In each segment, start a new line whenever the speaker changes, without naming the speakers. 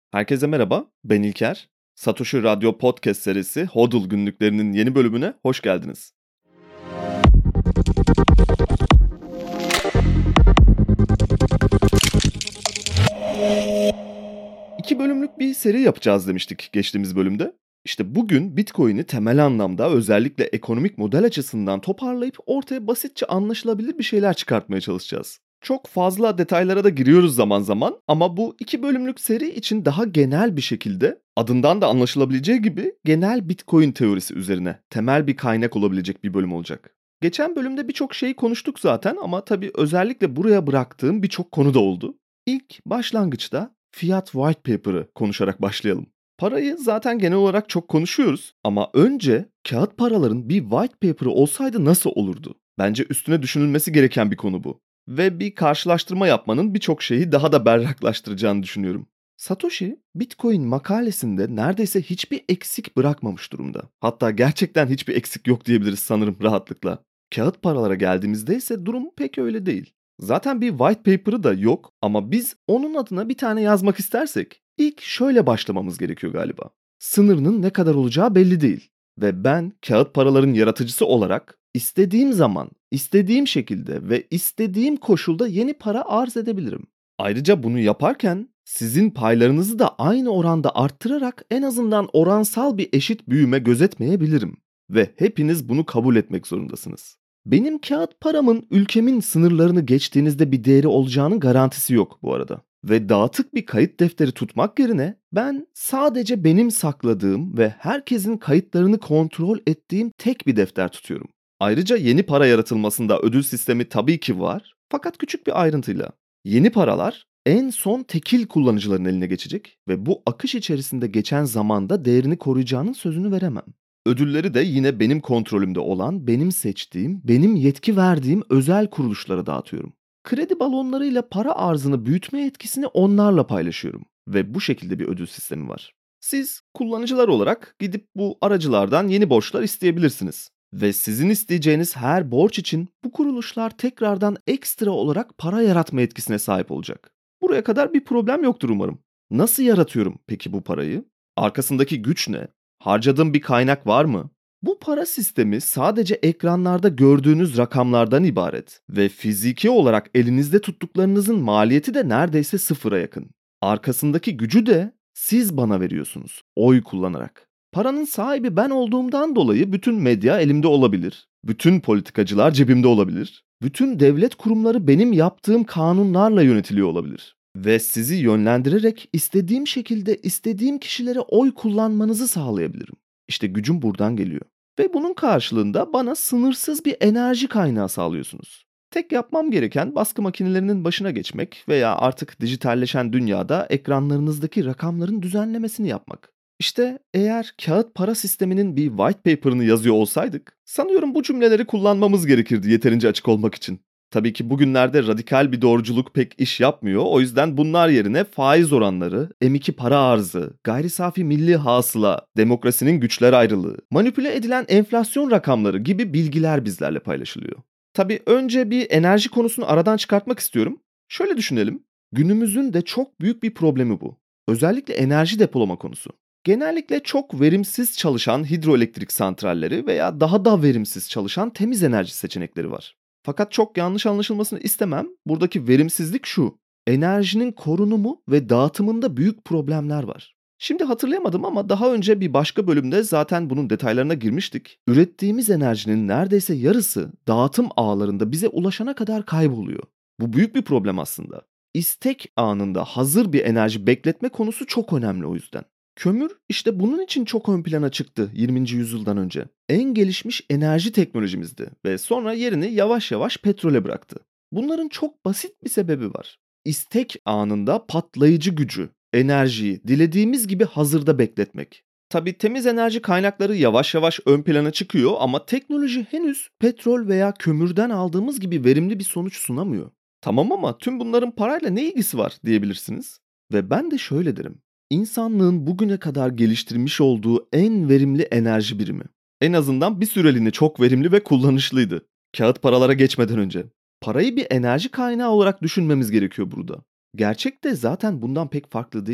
Herkese merhaba, ben İlker. Satoshi Radyo Podcast serisi HODL günlüklerinin yeni bölümüne hoş geldiniz. İki bölümlük bir seri yapacağız demiştik geçtiğimiz bölümde. İşte bugün Bitcoin'i temel anlamda özellikle ekonomik model açısından toparlayıp ortaya basitçe anlaşılabilir bir şeyler çıkartmaya çalışacağız. Çok fazla detaylara da giriyoruz zaman zaman ama bu iki bölümlük seri için daha genel bir şekilde adından da anlaşılabileceği gibi genel Bitcoin teorisi üzerine temel bir kaynak olabilecek bir bölüm olacak. Geçen bölümde birçok şeyi konuştuk zaten ama tabii özellikle buraya bıraktığım birçok konu da oldu. İlk başlangıçta Fiat White Paper'ı konuşarak başlayalım. Parayı zaten genel olarak çok konuşuyoruz ama önce kağıt paraların bir white paper'ı olsaydı nasıl olurdu? Bence üstüne düşünülmesi gereken bir konu bu. Ve bir karşılaştırma yapmanın birçok şeyi daha da berraklaştıracağını düşünüyorum. Satoshi, Bitcoin makalesinde neredeyse hiçbir eksik bırakmamış durumda. Hatta gerçekten hiçbir eksik yok diyebiliriz sanırım rahatlıkla. Kağıt paralara geldiğimizde ise durum pek öyle değil. Zaten bir white paper'ı da yok ama biz onun adına bir tane yazmak istersek ilk şöyle başlamamız gerekiyor galiba. Sınırının ne kadar olacağı belli değil ve ben kağıt paraların yaratıcısı olarak istediğim zaman, istediğim şekilde ve istediğim koşulda yeni para arz edebilirim. Ayrıca bunu yaparken sizin paylarınızı da aynı oranda arttırarak en azından oransal bir eşit büyüme gözetmeyebilirim ve hepiniz bunu kabul etmek zorundasınız. Benim kağıt paramın ülkemin sınırlarını geçtiğinizde bir değeri olacağının garantisi yok bu arada. Ve dağıtık bir kayıt defteri tutmak yerine ben sadece benim sakladığım ve herkesin kayıtlarını kontrol ettiğim tek bir defter tutuyorum. Ayrıca yeni para yaratılmasında ödül sistemi tabii ki var fakat küçük bir ayrıntıyla. Yeni paralar en son tekil kullanıcıların eline geçecek ve bu akış içerisinde geçen zamanda değerini koruyacağının sözünü veremem. Ödülleri de yine benim kontrolümde olan, benim seçtiğim, benim yetki verdiğim özel kuruluşlara dağıtıyorum. Kredi balonlarıyla para arzını büyütme yetkisini onlarla paylaşıyorum ve bu şekilde bir ödül sistemi var. Siz kullanıcılar olarak gidip bu aracılardan yeni borçlar isteyebilirsiniz. Ve sizin isteyeceğiniz her borç için bu kuruluşlar tekrardan ekstra olarak para yaratma etkisine sahip olacak. Buraya kadar bir problem yoktur umarım. Nasıl yaratıyorum peki bu parayı? Arkasındaki güç ne? Harcadığım bir kaynak var mı? Bu para sistemi sadece ekranlarda gördüğünüz rakamlardan ibaret ve fiziki olarak elinizde tuttuklarınızın maliyeti de neredeyse sıfıra yakın. Arkasındaki gücü de siz bana veriyorsunuz, oy kullanarak. Paranın sahibi ben olduğumdan dolayı bütün medya elimde olabilir, bütün politikacılar cebimde olabilir, bütün devlet kurumları benim yaptığım kanunlarla yönetiliyor olabilir. Ve sizi yönlendirerek istediğim şekilde istediğim kişilere oy kullanmanızı sağlayabilirim. İşte gücüm buradan geliyor. Ve bunun karşılığında bana sınırsız bir enerji kaynağı sağlıyorsunuz. Tek yapmam gereken baskı makinelerinin başına geçmek veya artık dijitalleşen dünyada ekranlarınızdaki rakamların düzenlemesini yapmak. İşte eğer kağıt para sisteminin bir white paper'ını yazıyor olsaydık, sanıyorum bu cümleleri kullanmamız gerekirdi yeterince açık olmak için. Tabii ki bugünlerde radikal bir doğruculuk pek iş yapmıyor. O yüzden bunlar yerine faiz oranları, M2 para arzı, gayri safi milli hasıla, demokrasinin güçler ayrılığı, manipüle edilen enflasyon rakamları gibi bilgiler bizlerle paylaşılıyor. Tabii önce bir enerji konusunu aradan çıkartmak istiyorum. Şöyle düşünelim. Günümüzün de çok büyük bir problemi bu. Özellikle enerji depolama konusu. Genellikle çok verimsiz çalışan hidroelektrik santralleri veya daha da verimsiz çalışan temiz enerji seçenekleri var. Fakat çok yanlış anlaşılmasını istemem. Buradaki verimsizlik şu. Enerjinin korunumu ve dağıtımında büyük problemler var. Şimdi hatırlayamadım ama daha önce bir başka bölümde zaten bunun detaylarına girmiştik. Ürettiğimiz enerjinin neredeyse yarısı dağıtım ağlarında bize ulaşana kadar kayboluyor. Bu büyük bir problem aslında. İstek anında hazır bir enerji bekletme konusu çok önemli o yüzden. Kömür işte bunun için çok ön plana çıktı 20. yüzyıldan önce. En gelişmiş enerji teknolojimizdi ve sonra yerini yavaş yavaş petrole bıraktı. Bunların çok basit bir sebebi var. İstek anında patlayıcı gücü, enerjiyi dilediğimiz gibi hazırda bekletmek. Tabii temiz enerji kaynakları yavaş yavaş ön plana çıkıyor ama teknoloji henüz petrol veya kömürden aldığımız gibi verimli bir sonuç sunamıyor. Tamam ama tüm bunların parayla ne ilgisi var diyebilirsiniz. Ve ben de şöyle derim. İnsanlığın bugüne kadar geliştirmiş olduğu en verimli enerji birimi. En azından bir süreliğine çok verimli ve kullanışlıydı. Kağıt paralara geçmeden önce. Parayı bir enerji kaynağı olarak düşünmemiz gerekiyor burada. Gerçek de zaten bundan pek farklı değil.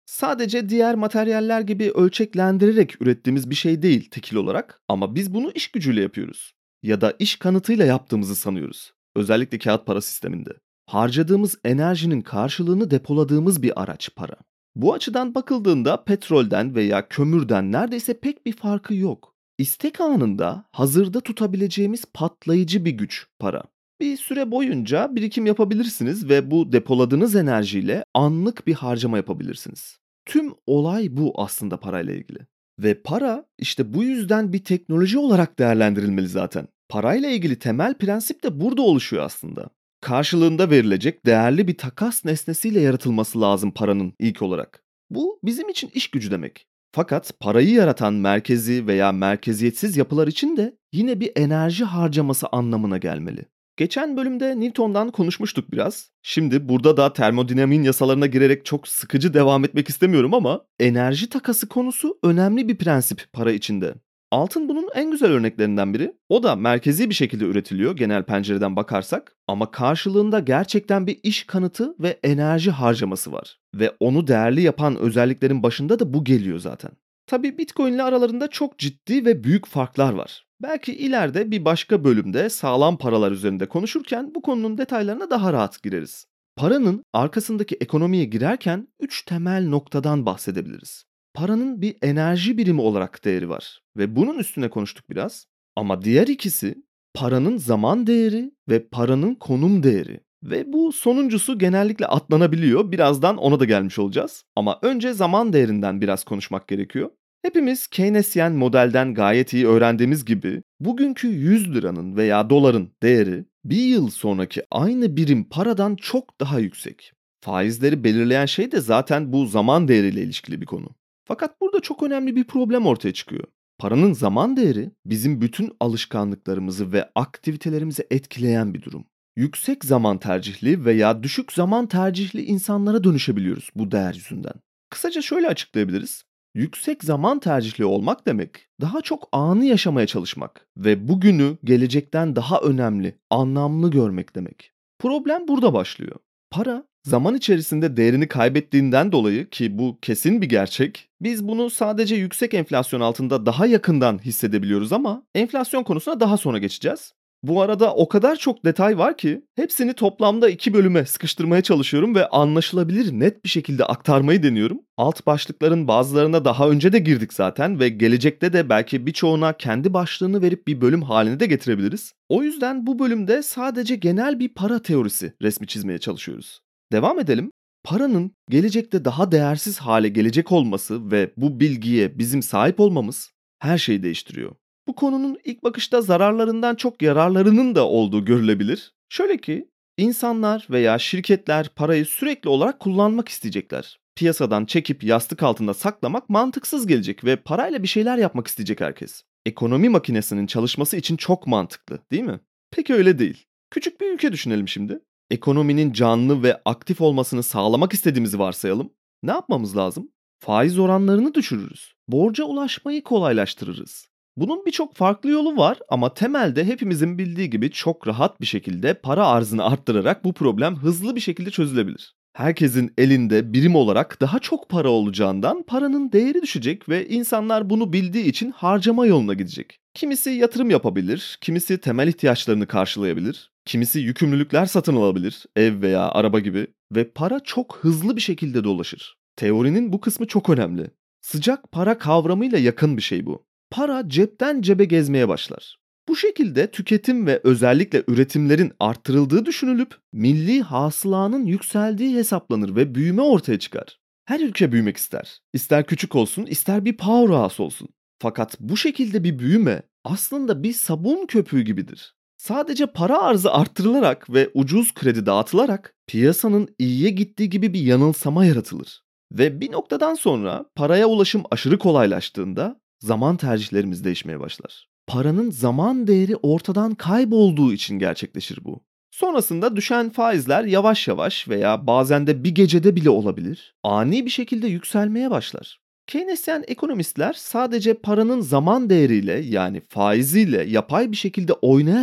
Sadece diğer materyaller gibi ölçeklendirerek ürettiğimiz bir şey değil tekil olarak, ama biz bunu iş gücüyle yapıyoruz. Ya da iş kanıtıyla yaptığımızı sanıyoruz. Özellikle kağıt para sisteminde. Harcadığımız enerjinin karşılığını depoladığımız bir araç para. Bu açıdan bakıldığında petrolden veya kömürden neredeyse pek bir farkı yok. İstek anında hazırda tutabileceğimiz patlayıcı bir güç para. Bir süre boyunca birikim yapabilirsiniz ve bu depoladığınız enerjiyle anlık bir harcama yapabilirsiniz. Tüm olay bu aslında parayla ilgili. Ve para işte bu yüzden bir teknoloji olarak değerlendirilmeli zaten. Parayla ilgili temel prensip de burada oluşuyor aslında. Karşılığında verilecek değerli bir takas nesnesiyle yaratılması lazım paranın ilk olarak. Bu bizim için iş gücü demek. Fakat parayı yaratan merkezi veya merkeziyetsiz yapılar için de yine bir enerji harcaması anlamına gelmeli. Geçen bölümde Newton'dan konuşmuştuk biraz. Şimdi burada da termodinamiğin yasalarına girerek çok sıkıcı devam etmek istemiyorum ama enerji takası konusu önemli bir prensip para içinde. Altın bunun en güzel örneklerinden biri. O da merkezi bir şekilde üretiliyor genel pencereden bakarsak, ama karşılığında gerçekten bir iş kanıtı ve enerji harcaması var. Ve onu değerli yapan özelliklerin başında da bu geliyor zaten. Tabii Bitcoin ile aralarında çok ciddi ve büyük farklar var. Belki ileride bir başka bölümde sağlam paralar üzerinde konuşurken bu konunun detaylarına daha rahat gireriz. Paranın arkasındaki ekonomiye girerken 3 temel noktadan bahsedebiliriz. Paranın bir enerji birimi olarak değeri var ve bunun üstüne konuştuk biraz. Ama diğer ikisi paranın zaman değeri ve paranın konum değeri. Ve bu sonuncusu genellikle atlanabiliyor. Birazdan ona da gelmiş olacağız. Ama önce zaman değerinden biraz konuşmak gerekiyor. Hepimiz Keynesyen modelden gayet iyi öğrendiğimiz gibi bugünkü 100 liranın veya doların değeri bir yıl sonraki aynı birim paradan çok daha yüksek. Faizleri belirleyen şey de zaten bu zaman değeriyle ilişkili bir konu. Fakat burada çok önemli bir problem ortaya çıkıyor. Paranın zaman değeri bizim bütün alışkanlıklarımızı ve aktivitelerimizi etkileyen bir durum. Yüksek zaman tercihli veya düşük zaman tercihli insanlara dönüşebiliyoruz bu değer yüzünden. Kısaca şöyle açıklayabiliriz. Yüksek zaman tercihli olmak demek, daha çok anı yaşamaya çalışmak ve bugünü gelecekten daha önemli, anlamlı görmek demek. Problem burada başlıyor. Para, zaman içerisinde değerini kaybettiğinden dolayı, ki bu kesin bir gerçek, biz bunu sadece yüksek enflasyon altında daha yakından hissedebiliyoruz, ama enflasyon konusuna daha sonra geçeceğiz. Bu arada o kadar çok detay var ki hepsini toplamda 2 bölüme sıkıştırmaya çalışıyorum ve anlaşılabilir, net bir şekilde aktarmayı deniyorum. Alt başlıkların bazılarına daha önce de girdik zaten ve gelecekte de belki birçoğuna kendi başlığını verip bir bölüm haline de getirebiliriz. O yüzden bu bölümde sadece genel bir para teorisi resmi çizmeye çalışıyoruz. Devam edelim. Paranın gelecekte daha değersiz hale gelecek olması ve bu bilgiye bizim sahip olmamız her şeyi değiştiriyor. Bu konunun ilk bakışta zararlarından çok yararlarının da olduğu görülebilir. Şöyle ki, insanlar veya şirketler parayı sürekli olarak kullanmak isteyecekler. Piyasadan çekip yastık altında saklamak mantıksız gelecek ve parayla bir şeyler yapmak isteyecek herkes. Ekonomi makinesinin çalışması için çok mantıklı, değil mi? Peki öyle değil. Küçük bir ülke düşünelim şimdi. Ekonominin canlı ve aktif olmasını sağlamak istediğimizi varsayalım. Ne yapmamız lazım? Faiz oranlarını düşürürüz. Borca ulaşmayı kolaylaştırırız. Bunun birçok farklı yolu var, ama temelde hepimizin bildiği gibi çok rahat bir şekilde para arzını arttırarak bu problem hızlı bir şekilde çözülebilir. Herkesin elinde birim olarak daha çok para olacağından paranın değeri düşecek ve insanlar bunu bildiği için harcama yoluna gidecek. Kimisi yatırım yapabilir, kimisi temel ihtiyaçlarını karşılayabilir, kimisi yükümlülükler satın alabilir, ev veya araba gibi, ve para çok hızlı bir şekilde dolaşır. Teorinin bu kısmı çok önemli. Sıcak para kavramıyla yakın bir şey bu. Para cepten cebe gezmeye başlar. Bu şekilde tüketim ve özellikle üretimlerin arttırıldığı düşünülüp milli hasılanın yükseldiği hesaplanır ve büyüme ortaya çıkar. Her ülke büyümek ister. İster küçük olsun, ister bir powerhouse olsun. Fakat bu şekilde bir büyüme aslında bir sabun köpüğü gibidir. Sadece para arzı arttırılarak ve ucuz kredi dağıtılarak piyasanın iyiye gittiği gibi bir yanılsama yaratılır. Ve bir noktadan sonra paraya ulaşım aşırı kolaylaştığında zaman tercihlerimiz değişmeye başlar. Paranın zaman değeri ortadan kaybolduğu için gerçekleşir bu. Sonrasında düşen faizler yavaş yavaş veya bazen de bir gecede bile olabilir, ani bir şekilde yükselmeye başlar. Keynesyen ekonomistler sadece paranın zaman değeriyle, yani faiziyle yapay bir şekilde oynayarak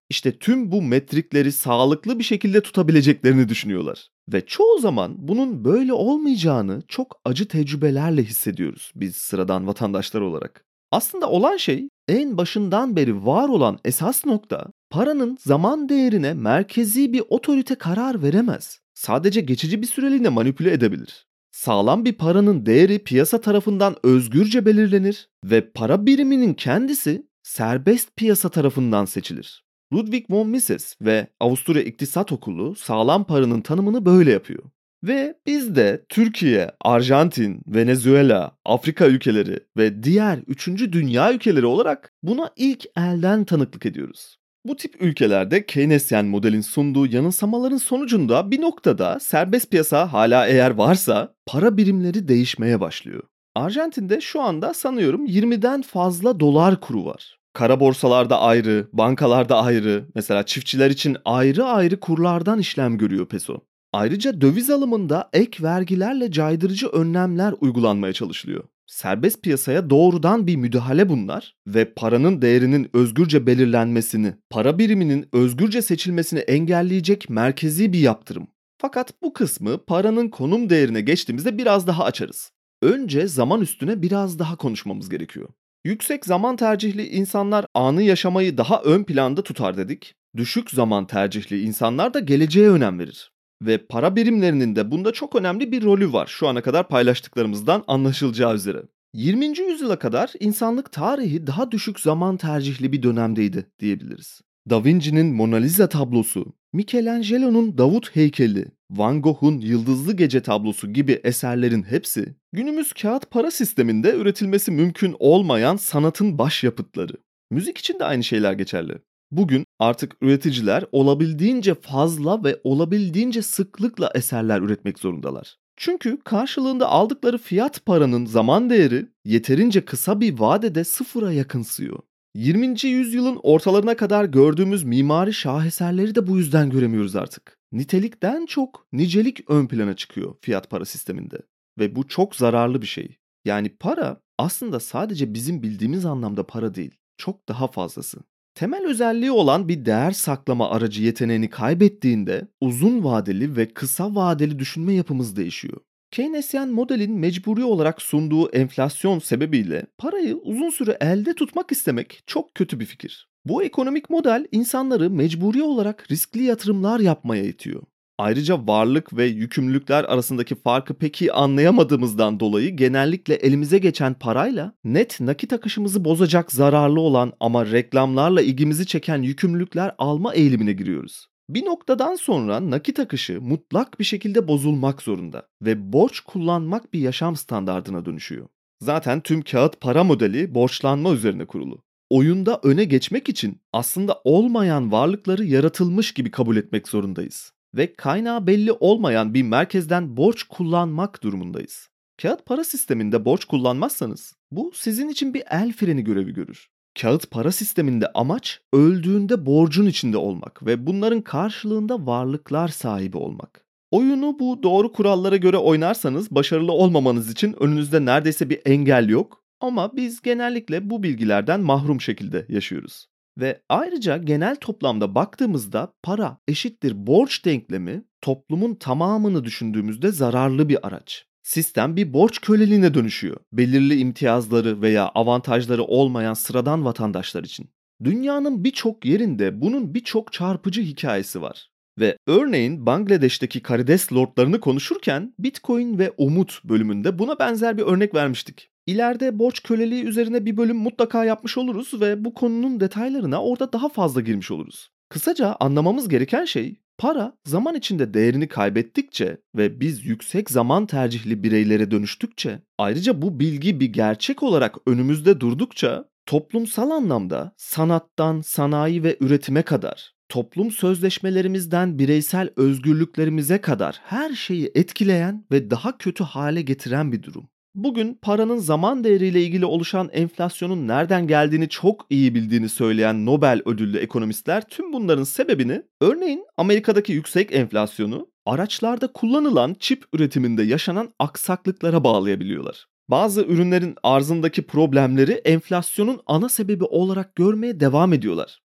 İşte tüm bu metrikleri sağlıklı bir şekilde tutabileceklerini düşünüyorlar. Ve çoğu zaman bunun böyle olmayacağını çok acı tecrübelerle hissediyoruz biz sıradan vatandaşlar olarak. Aslında olan şey, en başından beri var olan esas nokta, paranın zaman değerine merkezi bir otorite karar veremez. Sadece geçici bir süreliğine manipüle edebilir. Sağlam bir paranın değeri piyasa tarafından özgürce belirlenir ve para biriminin kendisi serbest piyasa tarafından seçilir. Ludwig von Mises ve Avusturya İktisat Okulu sağlam paranın tanımını böyle yapıyor. Ve biz de Türkiye, Arjantin, Venezuela, Afrika ülkeleri ve diğer 3. dünya ülkeleri olarak buna ilk elden tanıklık ediyoruz. Bu tip ülkelerde Keynesyen modelin sunduğu yanılsamaların sonucunda bir noktada serbest piyasa hala eğer varsa para birimleri değişmeye başlıyor. Arjantin'de şu anda sanıyorum 20'den fazla dolar kuru var. Kara borsalarda ayrı, bankalarda ayrı, mesela çiftçiler için ayrı ayrı kurlardan işlem görüyor peso. Ayrıca döviz alımında ek vergilerle caydırıcı önlemler uygulanmaya çalışılıyor. Serbest piyasaya doğrudan bir müdahale bunlar ve paranın değerinin özgürce belirlenmesini, para biriminin özgürce seçilmesini engelleyecek merkezi bir yaptırım. Fakat bu kısmı paranın konum değerine geçtiğimizde biraz daha açarız. Önce zaman üstüne biraz daha konuşmamız gerekiyor. Yüksek zaman tercihli insanlar anı yaşamayı daha ön planda tutar dedik. Düşük zaman tercihli insanlar da geleceğe önem verir. Ve para birimlerinin de bunda çok önemli bir rolü var şu ana kadar paylaştıklarımızdan anlaşılacağı üzere. 20. yüzyıla kadar insanlık tarihi daha düşük zaman tercihli bir dönemdeydi diyebiliriz. Da Vinci'nin Mona Lisa tablosu, Michelangelo'nun Davut heykeli, Van Gogh'un Yıldızlı Gece tablosu gibi eserlerin hepsi günümüz kağıt para sisteminde üretilmesi mümkün olmayan sanatın başyapıtları. Müzik için de aynı şeyler geçerli. Bugün artık üreticiler olabildiğince fazla ve olabildiğince sıklıkla eserler üretmek zorundalar. Çünkü karşılığında aldıkları fiyat paranın zaman değeri yeterince kısa bir vadede sıfıra yakınsıyor. 20. yüzyılın ortalarına kadar gördüğümüz mimari şaheserleri de bu yüzden göremiyoruz artık. Nitelikten çok nicelik ön plana çıkıyor fiyat para sisteminde. Ve bu çok zararlı bir şey. Yani para aslında sadece bizim bildiğimiz anlamda para değil, çok daha fazlası. Temel özelliği olan bir değer saklama aracı yeteneğini kaybettiğinde uzun vadeli ve kısa vadeli düşünme yapımız değişiyor. Keynesyen modelin mecburi olarak sunduğu enflasyon sebebiyle parayı uzun süre elde tutmak istemek çok kötü bir fikir. Bu ekonomik model insanları mecburi olarak riskli yatırımlar yapmaya itiyor. Ayrıca varlık ve yükümlülükler arasındaki farkı pek iyi anlayamadığımızdan dolayı genellikle elimize geçen parayla net nakit akışımızı bozacak zararlı olan ama reklamlarla ilgimizi çeken yükümlülükler alma eğilimine giriyoruz. Bir noktadan sonra nakit akışı mutlak bir şekilde bozulmak zorunda ve borç kullanmak bir yaşam standardına dönüşüyor. Zaten tüm kağıt para modeli borçlanma üzerine kurulu. Oyunda öne geçmek için aslında olmayan varlıkları yaratılmış gibi kabul etmek zorundayız ve kaynağı belli olmayan bir merkezden borç kullanmak durumundayız. Kağıt para sisteminde borç kullanmazsanız bu sizin için bir el freni görevi görür. Kağıt para sisteminde amaç öldüğünde borcun içinde olmak ve bunların karşılığında varlıklar sahibi olmak. Oyunu bu doğru kurallara göre oynarsanız başarılı olmamanız için önünüzde neredeyse bir engel yok ama biz genellikle bu bilgilerden mahrum şekilde yaşıyoruz. Ve ayrıca genel toplamda baktığımızda para eşittir borç denklemi toplumun tamamını düşündüğümüzde zararlı bir araç. Sistem bir borç köleliğine dönüşüyor. Belirli imtiyazları veya avantajları olmayan sıradan vatandaşlar için. Dünyanın birçok yerinde bunun birçok çarpıcı hikayesi var. Ve örneğin Bangladeş'teki karides lordlarını konuşurken Bitcoin ve Umut bölümünde buna benzer bir örnek vermiştik. İleride borç köleliği üzerine bir bölüm mutlaka yapmış oluruz ve bu konunun detaylarına orada daha fazla girmiş oluruz. Kısaca anlamamız gereken şey, para zaman içinde değerini kaybettikçe ve biz yüksek zaman tercihli bireylere dönüştükçe, ayrıca bu bilgi bir gerçek olarak önümüzde durdukça, toplumsal anlamda sanattan sanayi ve üretime kadar, toplum sözleşmelerimizden bireysel özgürlüklerimize kadar her şeyi etkileyen ve daha kötü hale getiren bir durum. Bugün paranın zaman değeriyle ilgili oluşan enflasyonun nereden geldiğini çok iyi bildiğini söyleyen Nobel ödüllü ekonomistler tüm bunların sebebini, örneğin Amerika'daki yüksek enflasyonu, araçlarda kullanılan çip üretiminde yaşanan aksaklıklara bağlayabiliyorlar. Bazı ürünlerin arzındaki problemleri enflasyonun ana sebebi olarak görmeye devam ediyorlar.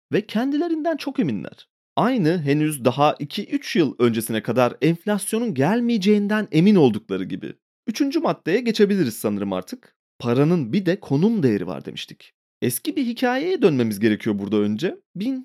ve kendilerinden çok eminler. Aynı henüz daha 2-3 yıl öncesine kadar enflasyonun gelmeyeceğinden emin oldukları gibi. Üçüncü maddeye geçebiliriz sanırım artık. Paranın bir de konum değeri var demiştik. Eski bir hikayeye dönmemiz gerekiyor burada önce.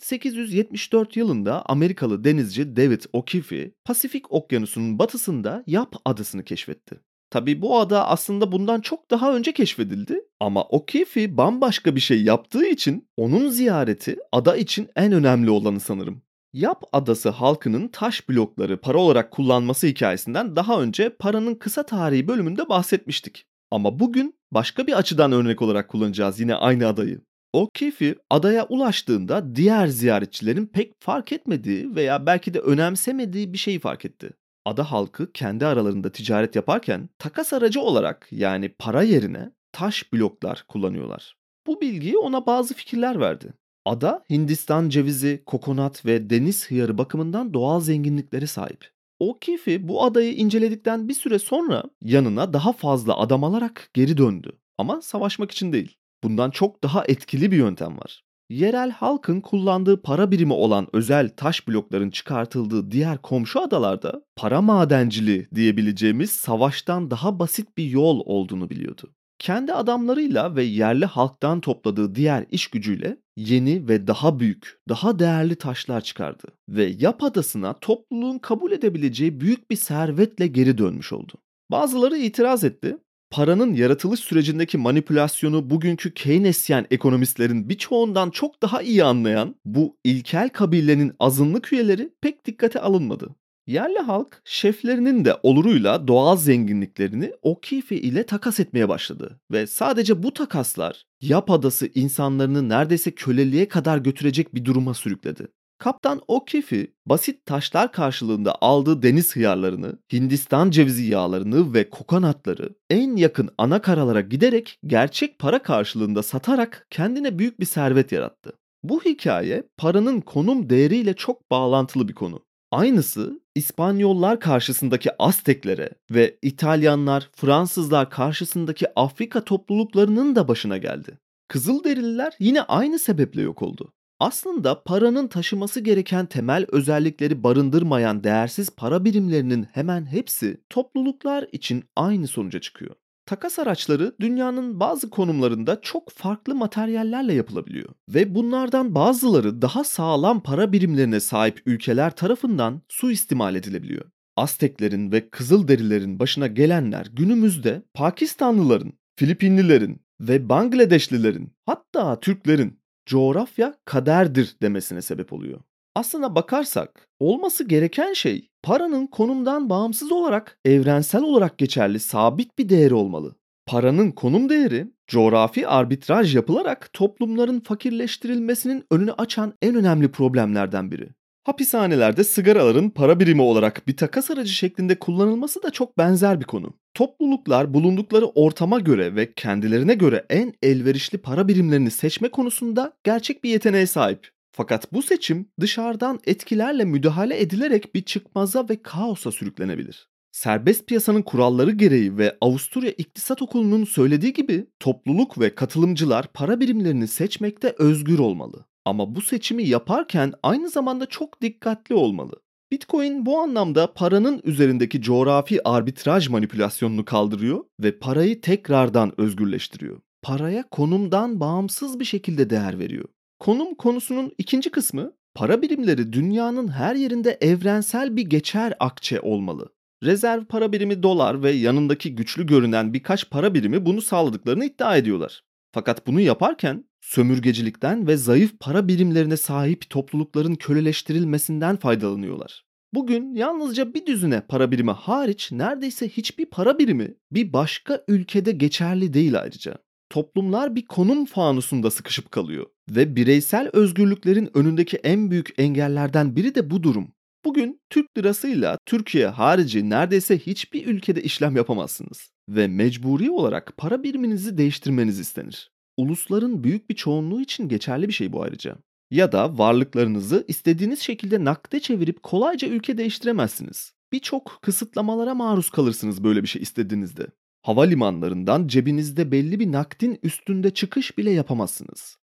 1874 yılında Amerikalı denizci David O'Keefe, Pasifik Okyanusu'nun batısında Yap Adası'nı keşfetti. Tabii bu ada aslında bundan çok daha önce keşfedildi ama O'Keefe bambaşka bir şey yaptığı için onun ziyareti ada için en önemli olanı sanırım. Yap Adası halkının taş blokları para olarak kullanması hikayesinden daha önce paranın kısa tarihi bölümünde bahsetmiştik. Ama bugün başka bir açıdan örnek olarak kullanacağız yine aynı adayı. O'Keefe adaya ulaştığında diğer ziyaretçilerin pek fark etmediği veya belki de önemsemediği bir şeyi fark etti. Ada halkı kendi aralarında ticaret yaparken takas aracı olarak yani para yerine taş bloklar kullanıyorlar. Bu bilgi ona bazı fikirler verdi. Ada Hindistan cevizi, kokonat ve deniz hıyarı bakımından doğal zenginliklere sahip. O'Keefe bu adayı inceledikten bir süre sonra yanına daha fazla adam alarak geri döndü. Ama savaşmak için değil. Bundan çok daha etkili bir yöntem var. Yerel halkın kullandığı para birimi olan özel taş blokların çıkartıldığı diğer komşu adalarda para madenciliği diyebileceğimiz savaştan daha basit bir yol olduğunu biliyordu. Kendi adamlarıyla ve yerli halktan topladığı diğer iş gücüyle yeni ve daha büyük, daha değerli taşlar çıkardı ve Yap Adası'na topluluğun kabul edebileceği büyük bir servetle geri dönmüş oldu. Bazıları itiraz etti. Paranın yaratılış sürecindeki manipülasyonu bugünkü Keynesyen ekonomistlerin birçoğundan çok daha iyi anlayan bu ilkel kabilenin azınlık üyeleri pek dikkate alınmadı. Yerli halk şeflerinin de oluruyla doğal zenginliklerini O'Keefe ile takas etmeye başladı ve sadece bu takaslar Yap Adası insanlarını neredeyse köleliğe kadar götürecek bir duruma sürükledi. Kaptan O'Keefe basit taşlar karşılığında aldığı deniz hıyarlarını, Hindistan cevizi yağlarını ve kokonatları en yakın ana karalara giderek gerçek para karşılığında satarak kendine büyük bir servet yarattı. Bu hikaye paranın konum değeriyle çok bağlantılı bir konu. Aynısı İspanyollar karşısındaki Azteklere ve İtalyanlar, Fransızlar karşısındaki Afrika topluluklarının da başına geldi. Kızılderililer yine aynı sebeple yok oldu. Aslında paranın taşıması gereken temel özellikleri barındırmayan değersiz para birimlerinin hemen hepsi topluluklar için aynı sonuca çıkıyor. Takas araçları dünyanın bazı konumlarında çok farklı materyallerle yapılabiliyor ve bunlardan bazıları daha sağlam para birimlerine sahip ülkeler tarafından suistimal edilebiliyor. Azteklerin ve Kızılderililerin başına gelenler günümüzde Pakistanlıların, Filipinlilerin ve Bangladeşlilerin hatta Türklerin coğrafya kaderdir demesine sebep oluyor. Aslına bakarsak olması gereken şey paranın konumdan bağımsız olarak evrensel olarak geçerli sabit bir değeri olmalı. Paranın konum değeri coğrafi arbitraj yapılarak toplumların fakirleştirilmesinin önünü açan en önemli problemlerden biri. Hapishanelerde sigaraların para birimi olarak bir takas aracı şeklinde kullanılması da çok benzer bir konu. Topluluklar bulundukları ortama göre ve kendilerine göre en elverişli para birimlerini seçme konusunda gerçek bir yeteneğe sahip. Fakat bu seçim dışarıdan etkilerle müdahale edilerek bir çıkmaza ve kaosa sürüklenebilir. Serbest piyasanın kuralları gereği ve Avusturya İktisat Okulu'nun söylediği gibi topluluk ve katılımcılar para birimlerini seçmekte özgür olmalı. Ama bu seçimi yaparken aynı zamanda çok dikkatli olmalı. Bitcoin bu anlamda paranın üzerindeki coğrafi arbitraj manipülasyonunu kaldırıyor ve parayı tekrardan özgürleştiriyor. Paraya konumdan bağımsız bir şekilde değer veriyor. Konum konusunun ikinci kısmı, para birimleri dünyanın her yerinde evrensel bir geçer akçe olmalı. Rezerv para birimi dolar ve yanındaki güçlü görünen birkaç para birimi bunu sağladıklarını iddia ediyorlar. Fakat bunu yaparken sömürgecilikten ve zayıf para birimlerine sahip toplulukların köleleştirilmesinden faydalanıyorlar. Bugün yalnızca bir düzine para birimi hariç neredeyse hiçbir para birimi bir başka ülkede geçerli değil ayrıca. Toplumlar bir konum fanusunda sıkışıp kalıyor ve bireysel özgürlüklerin önündeki en büyük engellerden biri de bu durum. Bugün Türk lirasıyla Türkiye harici neredeyse hiçbir ülkede işlem yapamazsınız ve mecburi olarak para biriminizi değiştirmeniz istenir. Ulusların büyük bir çoğunluğu için geçerli bir şey bu ayrıca. Ya da varlıklarınızı istediğiniz şekilde nakde çevirip kolayca ülke değiştiremezsiniz. Birçok kısıtlamalara maruz kalırsınız böyle bir şey istediğinizde. Havalimanlarından cebinizde belli bir nakdin üstünde çıkış bile yapamazsınız.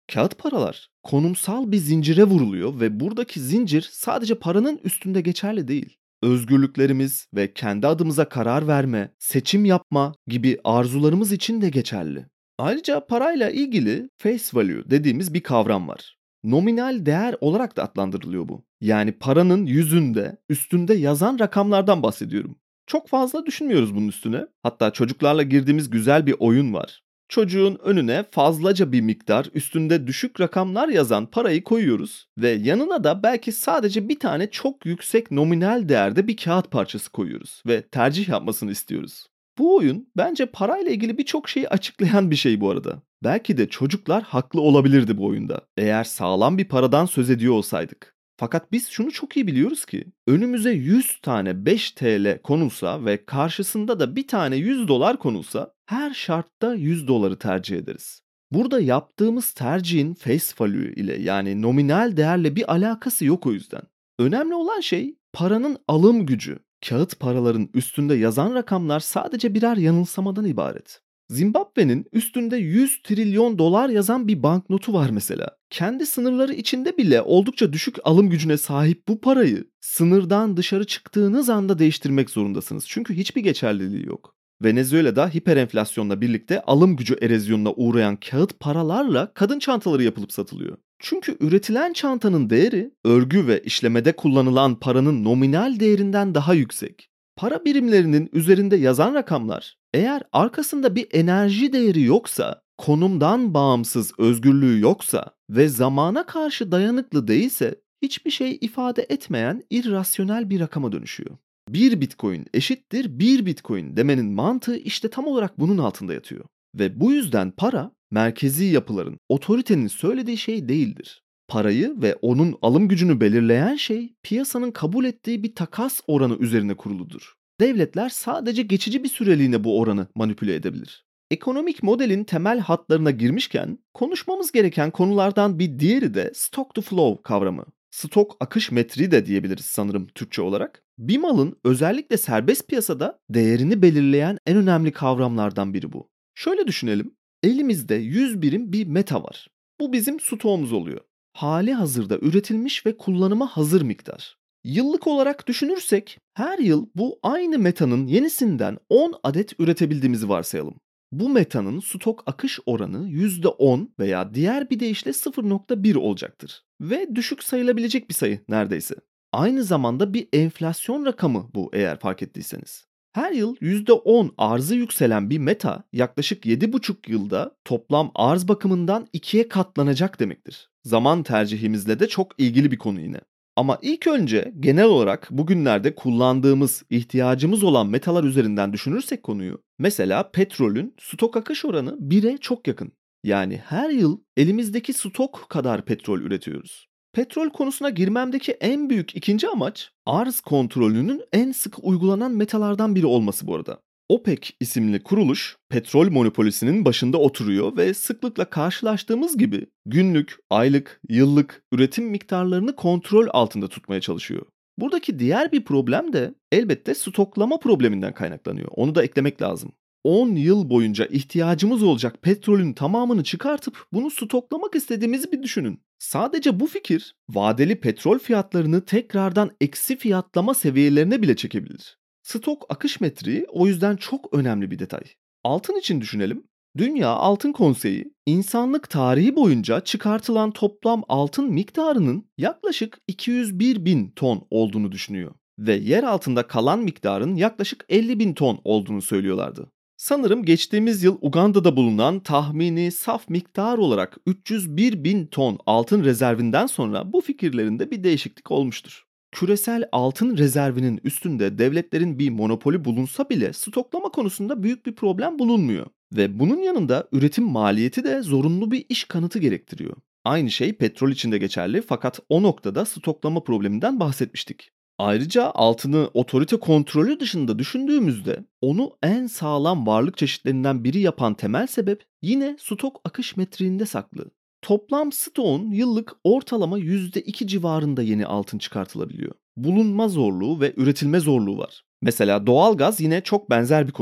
Kağıt paralar konumsal bir zincire vuruluyor ve buradaki zincir sadece paranın üstünde geçerli değil. Özgürlüklerimiz ve kendi adımıza karar verme, seçim yapma gibi arzularımız için de geçerli. Ayrıca parayla ilgili face value dediğimiz bir kavram var. Nominal değer olarak da adlandırılıyor bu. Yani paranın yüzünde, üstünde yazan rakamlardan bahsediyorum. Çok fazla düşünmüyoruz bunun üstüne. Hatta çocuklarla girdiğimiz güzel bir oyun var. Çocuğun önüne fazlaca bir miktar üstünde düşük rakamlar yazan parayı koyuyoruz ve yanına da belki sadece bir tane çok yüksek nominal değerde bir kağıt parçası koyuyoruz ve tercih yapmasını istiyoruz. Bu oyun bence parayla ilgili birçok şeyi açıklayan bir şey bu arada. Belki de çocuklar haklı olabilirdi bu oyunda. Eğer sağlam bir paradan söz ediyor olsaydık. Fakat biz şunu çok iyi biliyoruz ki önümüze 100 tane 5 TL konulsa ve karşısında da bir tane 100 dolar konulsa her şartta 100 doları tercih ederiz. Burada yaptığımız tercihin face value ile yani nominal değerle bir alakası yok o yüzden. Önemli olan şey paranın alım gücü. Kağıt paraların üstünde yazan rakamlar sadece birer yanılsamadan ibaret. Zimbabwe'nin üstünde 100 trilyon dolar yazan bir banknotu var mesela. Kendi sınırları içinde bile oldukça düşük alım gücüne sahip bu parayı sınırdan dışarı çıktığınız anda değiştirmek zorundasınız. Çünkü hiçbir geçerliliği yok. Venezuela'da hiperenflasyonla birlikte alım gücü erozyonuna uğrayan kağıt paralarla kadın çantaları yapılıp satılıyor. Çünkü üretilen çantanın değeri örgü ve işlemede kullanılan paranın nominal değerinden daha yüksek. Para birimlerinin üzerinde yazan rakamlar eğer arkasında bir enerji değeri yoksa, konumdan bağımsız özgürlüğü yoksa ve zamana karşı dayanıklı değilse hiçbir şey ifade etmeyen irrasyonel bir rakama dönüşüyor. Bir Bitcoin eşittir bir Bitcoin demenin mantığı işte tam olarak bunun altında yatıyor. Ve bu yüzden para merkezi yapıların, otoritenin söylediği şey değildir. Parayı ve onun alım gücünü belirleyen şey piyasanın kabul ettiği bir takas oranı üzerine kuruludur. Devletler sadece geçici bir süreliğine bu oranı manipüle edebilir. Ekonomik modelin temel hatlarına girmişken konuşmamız gereken konulardan bir diğeri de stock to flow kavramı. Stok akış metriği de diyebiliriz sanırım Türkçe olarak. Bir malın özellikle serbest piyasada değerini belirleyen en önemli kavramlardan biri bu. Şöyle düşünelim. Elimizde 100 birim bir meta var. Bu bizim stoğumuz oluyor. Hali hazırda üretilmiş ve kullanıma hazır miktar. Yıllık olarak düşünürsek her yıl bu aynı metanın yenisinden 10 adet üretebildiğimizi varsayalım. Bu metanın stok akış oranı %10 veya diğer bir deyişle 0,1 olacaktır. Ve düşük sayılabilecek bir sayı neredeyse. Aynı zamanda bir enflasyon rakamı bu eğer fark ettiyseniz. Her yıl %10 arzı yükselen bir meta yaklaşık 7,5 yılda toplam arz bakımından 2'ye katlanacak demektir. Zaman tercihimizle de çok ilgili bir konu yine. Ama ilk önce genel olarak bugünlerde kullandığımız, ihtiyacımız olan metalar üzerinden düşünürsek konuyu, mesela petrolün stok akış oranı 1'e çok yakın. Yani her yıl elimizdeki stok kadar petrol üretiyoruz. Petrol konusuna girmemdeki en büyük ikinci amaç arz kontrolünün en sık uygulanan metalardan biri olması bu arada. OPEC isimli kuruluş petrol monopolisinin başında oturuyor ve sıklıkla karşılaştığımız gibi günlük, aylık, yıllık üretim miktarlarını kontrol altında tutmaya çalışıyor. Buradaki diğer bir problem de elbette stoklama probleminden kaynaklanıyor. Onu da eklemek lazım. 10 yıl boyunca ihtiyacımız olacak petrolün tamamını çıkartıp bunu stoklamak istediğimizi bir düşünün. Sadece bu fikir vadeli petrol fiyatlarını tekrardan eksi fiyatlama seviyelerine bile çekebilir. Stok akış metriği o yüzden çok önemli bir detay. Altın için düşünelim. Dünya Altın Konseyi, insanlık tarihi boyunca çıkartılan toplam altın miktarının yaklaşık 201 bin ton olduğunu düşünüyor. Ve yer altında kalan miktarın yaklaşık 50 bin ton olduğunu söylüyorlardı. Sanırım geçtiğimiz yıl Uganda'da bulunan tahmini saf miktar olarak 301 bin ton altın rezervinden sonra bu fikirlerinde bir değişiklik olmuştur. Küresel altın rezervinin üstünde devletlerin bir monopoli bulunsa bile stoklama konusunda büyük bir problem bulunmuyor. Ve bunun yanında üretim maliyeti de zorunlu bir iş kanıtı gerektiriyor. Aynı şey petrol için de geçerli fakat o noktada stoklama probleminden bahsetmiştik. Ayrıca altını otorite kontrolü dışında düşündüğümüzde onu en sağlam varlık çeşitlerinden biri yapan temel sebep yine stok akış metriğinde saklı. Toplam stoğun yıllık ortalama %2 civarında yeni altın çıkartılabiliyor. Bulunma zorluğu ve üretilme zorluğu var. Mesela doğalgaz yine çok benzer bir konu.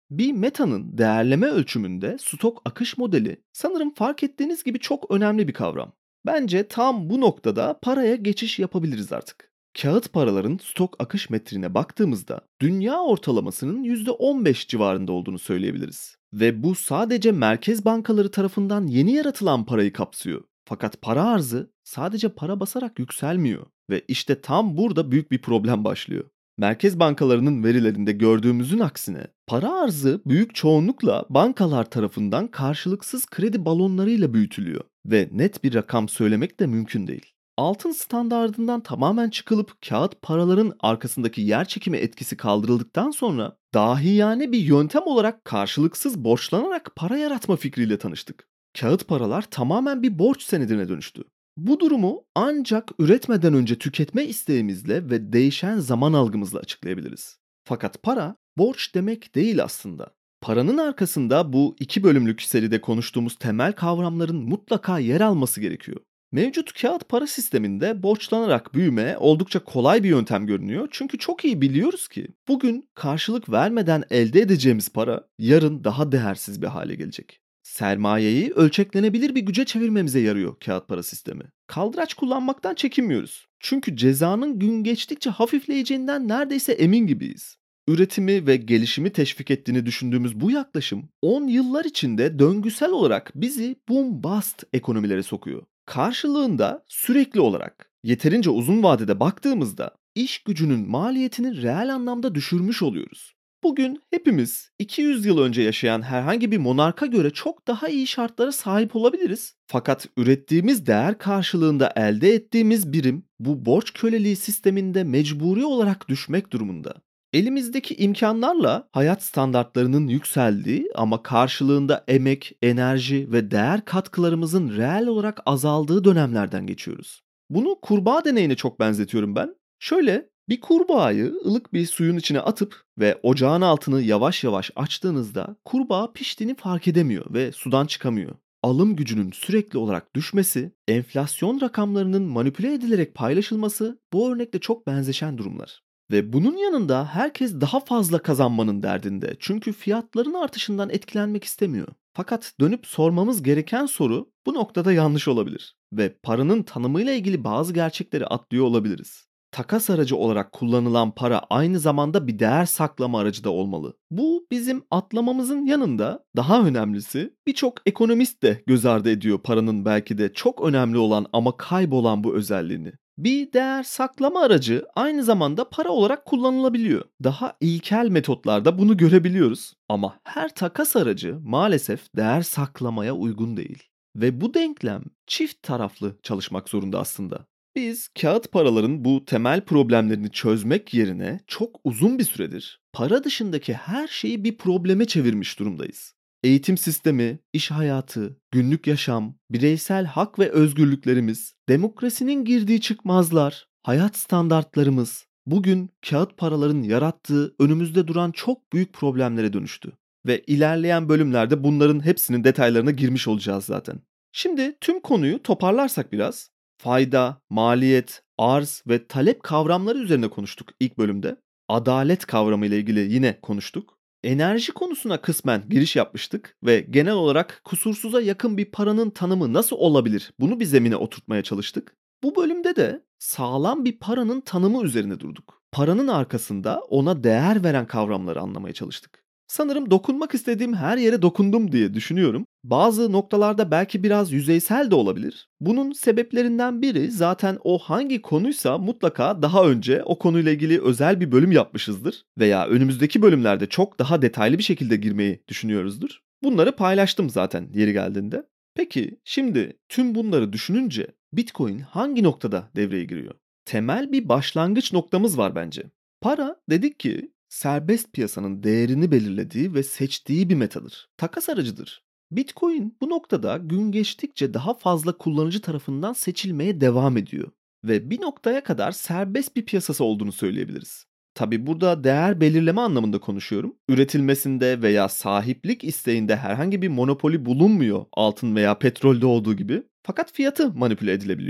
Bir metanın değerleme ölçümünde stok akış modeli sanırım fark ettiğiniz gibi çok önemli bir kavram. Bence tam bu noktada paraya geçiş yapabiliriz artık. Kağıt paraların stok akış metriğine baktığımızda dünya ortalamasının %15 civarında olduğunu söyleyebiliriz. Ve bu sadece merkez bankaları tarafından yeni yaratılan parayı kapsıyor. Fakat para arzı sadece para basarak yükselmiyor ve işte tam burada büyük bir problem başlıyor. Merkez bankalarının verilerinde gördüğümüzün aksine para arzı büyük çoğunlukla bankalar tarafından karşılıksız kredi balonlarıyla büyütülüyor ve net bir rakam söylemek de mümkün değil. Altın standardından tamamen çıkılıp kağıt paraların arkasındaki yer çekimi etkisi kaldırıldıktan sonra dahiyane bir yöntem olarak karşılıksız borçlanarak para yaratma fikriyle tanıştık. Kağıt paralar tamamen bir borç senedine dönüştü. Bu durumu ancak üretmeden önce tüketme isteğimizle ve değişen zaman algımızla açıklayabiliriz. Fakat para borç demek değil aslında. Paranın arkasında bu 2 bölümlük seride konuştuğumuz temel kavramların mutlaka yer alması gerekiyor. Mevcut kağıt para sisteminde borçlanarak büyüme oldukça kolay bir yöntem görünüyor. Çünkü çok iyi biliyoruz ki bugün karşılık vermeden elde edeceğimiz para yarın daha değersiz bir hale gelecek. Sermayeyi ölçeklenebilir bir güce çevirmemize yarıyor kağıt para sistemi. Kaldıraç kullanmaktan çekinmiyoruz. Çünkü cezanın gün geçtikçe hafifleyeceğinden neredeyse emin gibiyiz. Üretimi ve gelişimi teşvik ettiğini düşündüğümüz bu yaklaşım 10 yıllar içinde döngüsel olarak bizi boom bust ekonomilere sokuyor. Karşılığında sürekli olarak yeterince uzun vadede baktığımızda iş gücünün maliyetini reel anlamda düşürmüş oluyoruz. Bugün hepimiz 200 yıl önce yaşayan herhangi bir monarka göre çok daha iyi şartlara sahip olabiliriz. Fakat ürettiğimiz değer karşılığında elde ettiğimiz birim bu borç köleliği sisteminde mecburi olarak düşmek durumunda. Elimizdeki imkanlarla hayat standartlarının yükseldiği ama karşılığında emek, enerji ve değer katkılarımızın reel olarak azaldığı dönemlerden geçiyoruz. Bunu kurbağa deneyine çok benzetiyorum ben. Şöyle bir kurbağayı ılık bir suyun içine atıp ve ocağın altını yavaş yavaş açtığınızda kurbağa piştiğini fark edemiyor ve sudan çıkamıyor. Alım gücünün sürekli olarak düşmesi, enflasyon rakamlarının manipüle edilerek paylaşılması bu örnekle çok benzeşen durumlar. Ve bunun yanında herkes daha fazla kazanmanın derdinde. Çünkü fiyatların artışından etkilenmek istemiyor. Fakat dönüp sormamız gereken soru bu noktada yanlış olabilir. Ve paranın tanımıyla ilgili bazı gerçekleri atlıyor olabiliriz. Takas aracı olarak kullanılan para aynı zamanda bir değer saklama aracı da olmalı. Bu bizim atlamamızın yanında daha önemlisi birçok ekonomist de göz ardı ediyor paranın belki de çok önemli olan ama kaybolan bu özelliğini. Bir değer saklama aracı aynı zamanda para olarak kullanılabiliyor. Daha ilkel metotlarda bunu görebiliyoruz. Ama her takas aracı maalesef değer saklamaya uygun değil. Ve bu denklem çift taraflı çalışmak zorunda aslında. Biz kağıt paraların bu temel problemlerini çözmek yerine çok uzun bir süredir para dışındaki her şeyi bir probleme çevirmiş durumdayız. Eğitim sistemi, iş hayatı, günlük yaşam, bireysel hak ve özgürlüklerimiz, demokrasinin girdiği çıkmazlar, hayat standartlarımız bugün kağıt paraların yarattığı önümüzde duran çok büyük problemlere dönüştü. Ve ilerleyen bölümlerde bunların hepsinin detaylarına girmiş olacağız zaten. Şimdi tüm konuyu toparlarsak biraz, fayda, maliyet, arz ve talep kavramları üzerine konuştuk ilk bölümde. Adalet kavramı ile ilgili yine konuştuk. Enerji konusuna kısmen giriş yapmıştık ve genel olarak kusursuza yakın bir paranın tanımı nasıl olabilir bunu bir zemine oturtmaya çalıştık. Bu bölümde de sağlam bir paranın tanımı üzerine durduk. Paranın arkasında ona değer veren kavramları anlamaya çalıştık. Sanırım dokunmak istediğim her yere dokundum diye düşünüyorum. Bazı noktalarda belki biraz yüzeysel de olabilir. Bunun sebeplerinden biri zaten o hangi konuysa mutlaka daha önce o konuyla ilgili özel bir bölüm yapmışızdır veya önümüzdeki bölümlerde çok daha detaylı bir şekilde girmeyi düşünüyoruzdur. Bunları paylaştım zaten yeri geldiğinde. Peki şimdi tüm bunları düşününce Bitcoin hangi noktada devreye giriyor? Temel bir başlangıç noktamız var bence. Para dedik ki serbest piyasanın değerini belirlediği ve seçtiği bir metadır. Takas aracıdır. Bitcoin bu noktada gün geçtikçe daha fazla kullanıcı tarafından seçilmeye devam ediyor ve bir noktaya kadar serbest bir piyasası olduğunu söyleyebiliriz. Tabi burada değer belirleme anlamında konuşuyorum. Üretilmesinde veya sahiplik isteğinde herhangi bir monopoli bulunmuyor altın veya petrolde olduğu gibi. Fakat fiyatı manipüle edilebiliyor.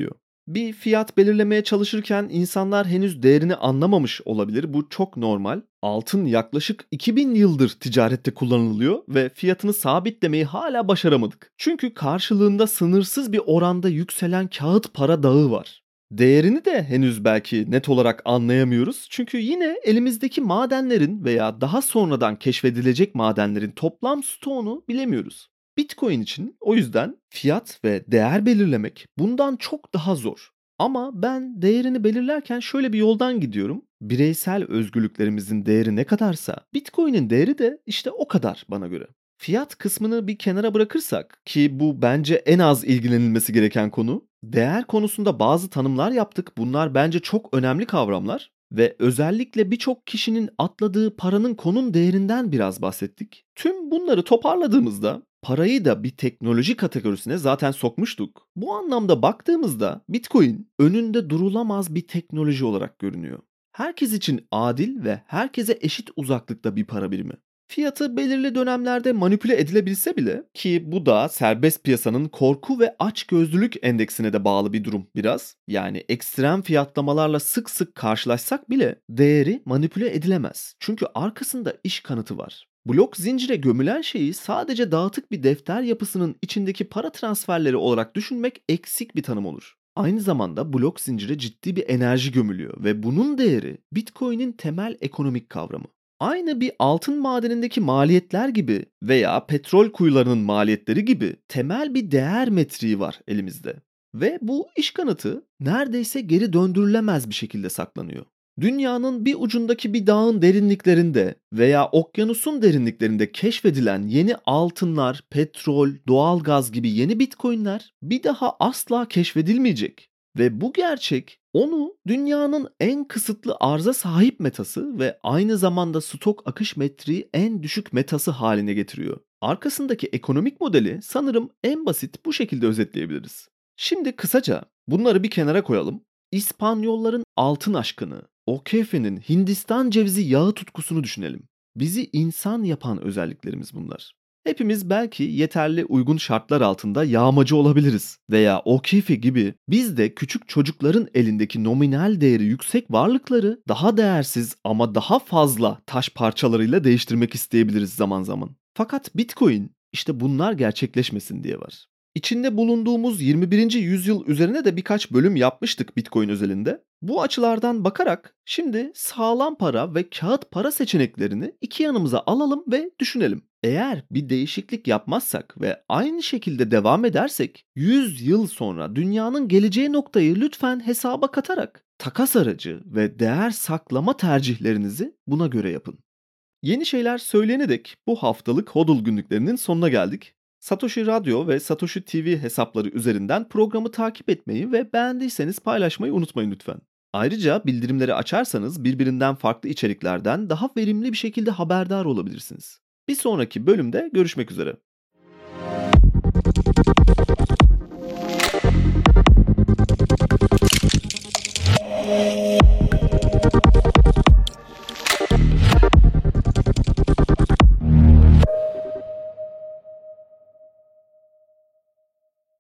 Bir fiyat belirlemeye çalışırken insanlar henüz değerini anlamamış olabilir. Bu çok normal. Altın yaklaşık 2000 yıldır ticarette kullanılıyor ve fiyatını sabitlemeyi hala başaramadık. Çünkü karşılığında sınırsız bir oranda yükselen kağıt para dağı var. Değerini de henüz belki net olarak anlayamıyoruz. Çünkü yine elimizdeki madenlerin veya daha sonradan keşfedilecek madenlerin toplam stoğunu bilemiyoruz. Bitcoin için o yüzden fiyat ve değer belirlemek bundan çok daha zor. Ama ben değerini belirlerken şöyle bir yoldan gidiyorum. Bireysel özgürlüklerimizin değeri ne kadarsa Bitcoin'in değeri de işte o kadar bana göre. Fiyat kısmını bir kenara bırakırsak ki bu bence en az ilgilenilmesi gereken konu. Değer konusunda bazı tanımlar yaptık. Bunlar bence çok önemli kavramlar ve özellikle birçok kişinin atladığı paranın konum değerinden biraz bahsettik. Tüm bunları toparladığımızda parayı da bir teknoloji kategorisine zaten sokmuştuk. Bu anlamda baktığımızda Bitcoin önünde durulamaz bir teknoloji olarak görünüyor. Herkes için adil ve herkese eşit uzaklıkta bir para birimi. Fiyatı belirli dönemlerde manipüle edilebilse bile ki bu da serbest piyasanın korku ve açgözlülük endeksine de bağlı bir durum biraz. Yani ekstrem fiyatlamalarla sık sık karşılaşsak bile değeri manipüle edilemez. Çünkü arkasında iş kanıtı var. Blok zincire gömülen şeyi sadece dağıtık bir defter yapısının içindeki para transferleri olarak düşünmek eksik bir tanım olur. Aynı zamanda blok zincire ciddi bir enerji gömülüyor ve bunun değeri Bitcoin'in temel ekonomik kavramı. Aynı bir altın madenindeki maliyetler gibi veya petrol kuyularının maliyetleri gibi temel bir değer metriği var elimizde. Ve bu iş kanıtı neredeyse geri döndürülemez bir şekilde saklanıyor. Dünyanın bir ucundaki bir dağın derinliklerinde veya okyanusun derinliklerinde keşfedilen yeni altınlar, petrol, doğalgaz gibi yeni bitcoinler bir daha asla keşfedilmeyecek. Ve bu gerçek onu dünyanın en kısıtlı arza sahip metası ve aynı zamanda stok akış metriği en düşük metası haline getiriyor. Arkasındaki ekonomik modeli sanırım en basit bu şekilde özetleyebiliriz. Şimdi kısaca bunları bir kenara koyalım. İspanyolların altın aşkını, O'Keefe'nin Hindistan cevizi yağı tutkusunu düşünelim. Bizi insan yapan özelliklerimiz bunlar. Hepimiz belki yeterli uygun şartlar altında yağmacı olabiliriz veya O'Keefe gibi biz de küçük çocukların elindeki nominal değeri yüksek varlıkları daha değersiz ama daha fazla taş parçalarıyla değiştirmek isteyebiliriz zaman zaman. Fakat Bitcoin işte bunlar gerçekleşmesin diye var. İçinde bulunduğumuz 21. yüzyıl üzerine de birkaç bölüm yapmıştık Bitcoin özelinde. Bu açılardan bakarak şimdi sağlam para ve kağıt para seçeneklerini iki yanımıza alalım ve düşünelim. Eğer bir değişiklik yapmazsak ve aynı şekilde devam edersek 100 yıl sonra dünyanın geleceği noktayı lütfen hesaba katarak takas aracı ve değer saklama tercihlerinizi buna göre yapın. Yeni şeyler söyleyene dek bu haftalık HODL günlüklerinin sonuna geldik. Satoshi Radyo ve Satoshi TV hesapları üzerinden programı takip etmeyi ve beğendiyseniz paylaşmayı unutmayın lütfen. Ayrıca bildirimleri açarsanız birbirinden farklı içeriklerden daha verimli bir şekilde haberdar olabilirsiniz. Bir sonraki bölümde görüşmek üzere.